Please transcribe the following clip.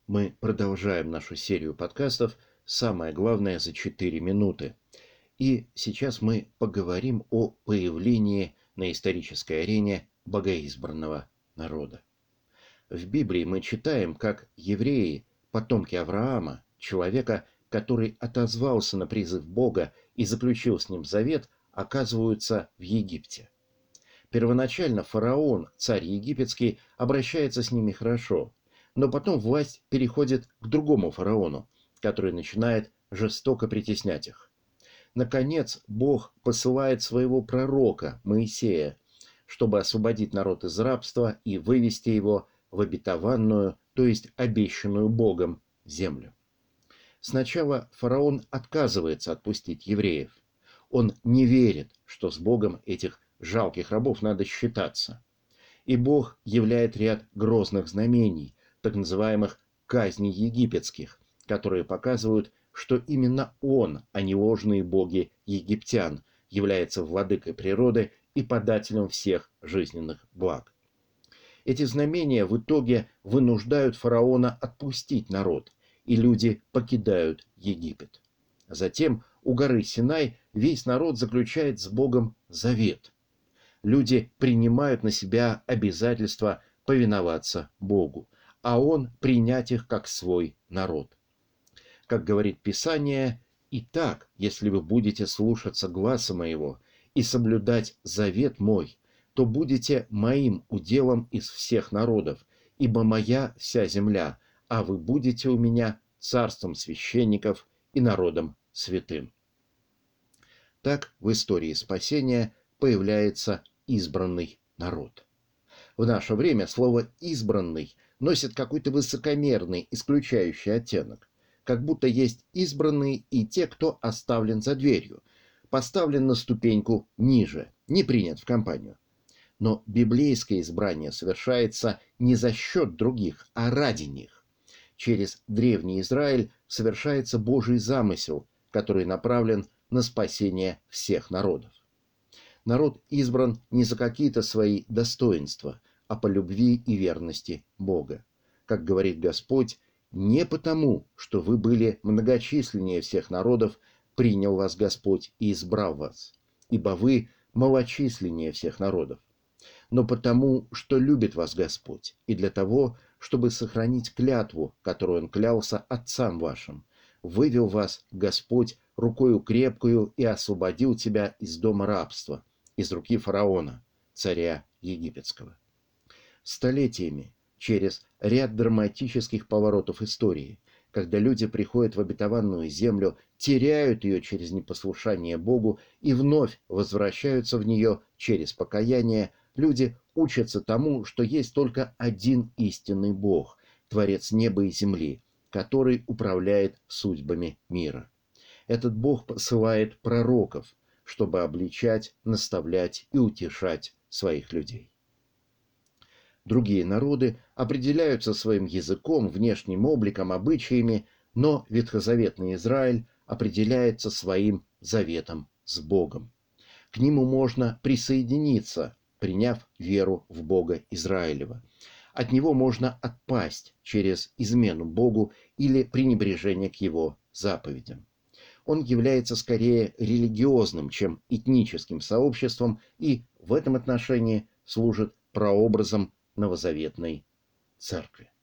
Мы продолжаем нашу серию подкастов «Самое главное за 4 минуты». И сейчас мы поговорим о появлении на исторической арене богоизбранного народа. В Библии мы читаем, как евреи, потомки Авраама, человека, который отозвался на призыв Бога и заключил с ним завет, оказываются в Египте. Первоначально фараон, царь египетский, обращается с ними хорошо, но потом власть переходит к другому фараону, который начинает жестоко притеснять их. Наконец, Бог посылает своего пророка Моисея, чтобы освободить народ из рабства и вывести его в обетованную, то есть обещанную Богом, землю. Сначала фараон отказывается отпустить евреев. Он не верит, что с Богом этих жалких рабов надо считаться. И Бог являет ряд грозных знамений, так называемых казней египетских, которые показывают, что именно Он, а не ложные боги египтян, является владыкой природы и подателем всех жизненных благ. Эти знамения в итоге вынуждают фараона отпустить народ, и люди покидают Египет. Затем у горы Синай весь народ заключает с Богом завет. Люди принимают на себя обязательство повиноваться Богу, а Он принять их как свой народ. Как говорит Писание: «Итак, если вы будете слушаться гласа моего и соблюдать завет мой, то будете моим уделом из всех народов, ибо моя вся земля, а вы будете у меня царством священников и народом святым». Так в истории спасения появляется избранный народ. В наше время слово «избранный» носит какой-то высокомерный, исключающий оттенок, как будто есть избранные и те, кто оставлен за дверью, поставлен на ступеньку ниже, не принят в компанию. Но библейское избрание совершается не за счет других, а ради них. Через древний Израиль совершается Божий замысел, который направлен на спасение всех народов. Народ избран не за какие-то свои достоинства, а по любви и верности Бога. Как говорит Господь: «Не потому, что вы были многочисленнее всех народов, принял вас Господь и избрал вас, ибо вы малочисленнее всех народов, но потому, что любит вас Господь, и для того, чтобы сохранить клятву, которую Он клялся отцам вашим, вывел вас Господь рукою крепкую и освободил тебя из дома рабства, из руки фараона, царя египетского». Столетиями, через ряд драматических поворотов истории, когда люди приходят в обетованную землю, теряют ее через непослушание Богу и вновь возвращаются в нее через покаяние, люди учатся тому, что есть только один истинный Бог, Творец неба и земли, который управляет судьбами мира. Этот Бог посылает пророков, чтобы обличать, наставлять и утешать своих людей. Другие народы определяются своим языком, внешним обликом, обычаями, но ветхозаветный Израиль определяется своим заветом с Богом. К нему можно присоединиться, приняв веру в Бога Израилева. От него можно отпасть через измену Богу или пренебрежение к его заповедям. Он является скорее религиозным, чем этническим сообществом, и в этом отношении служит прообразом новозаветной церкви.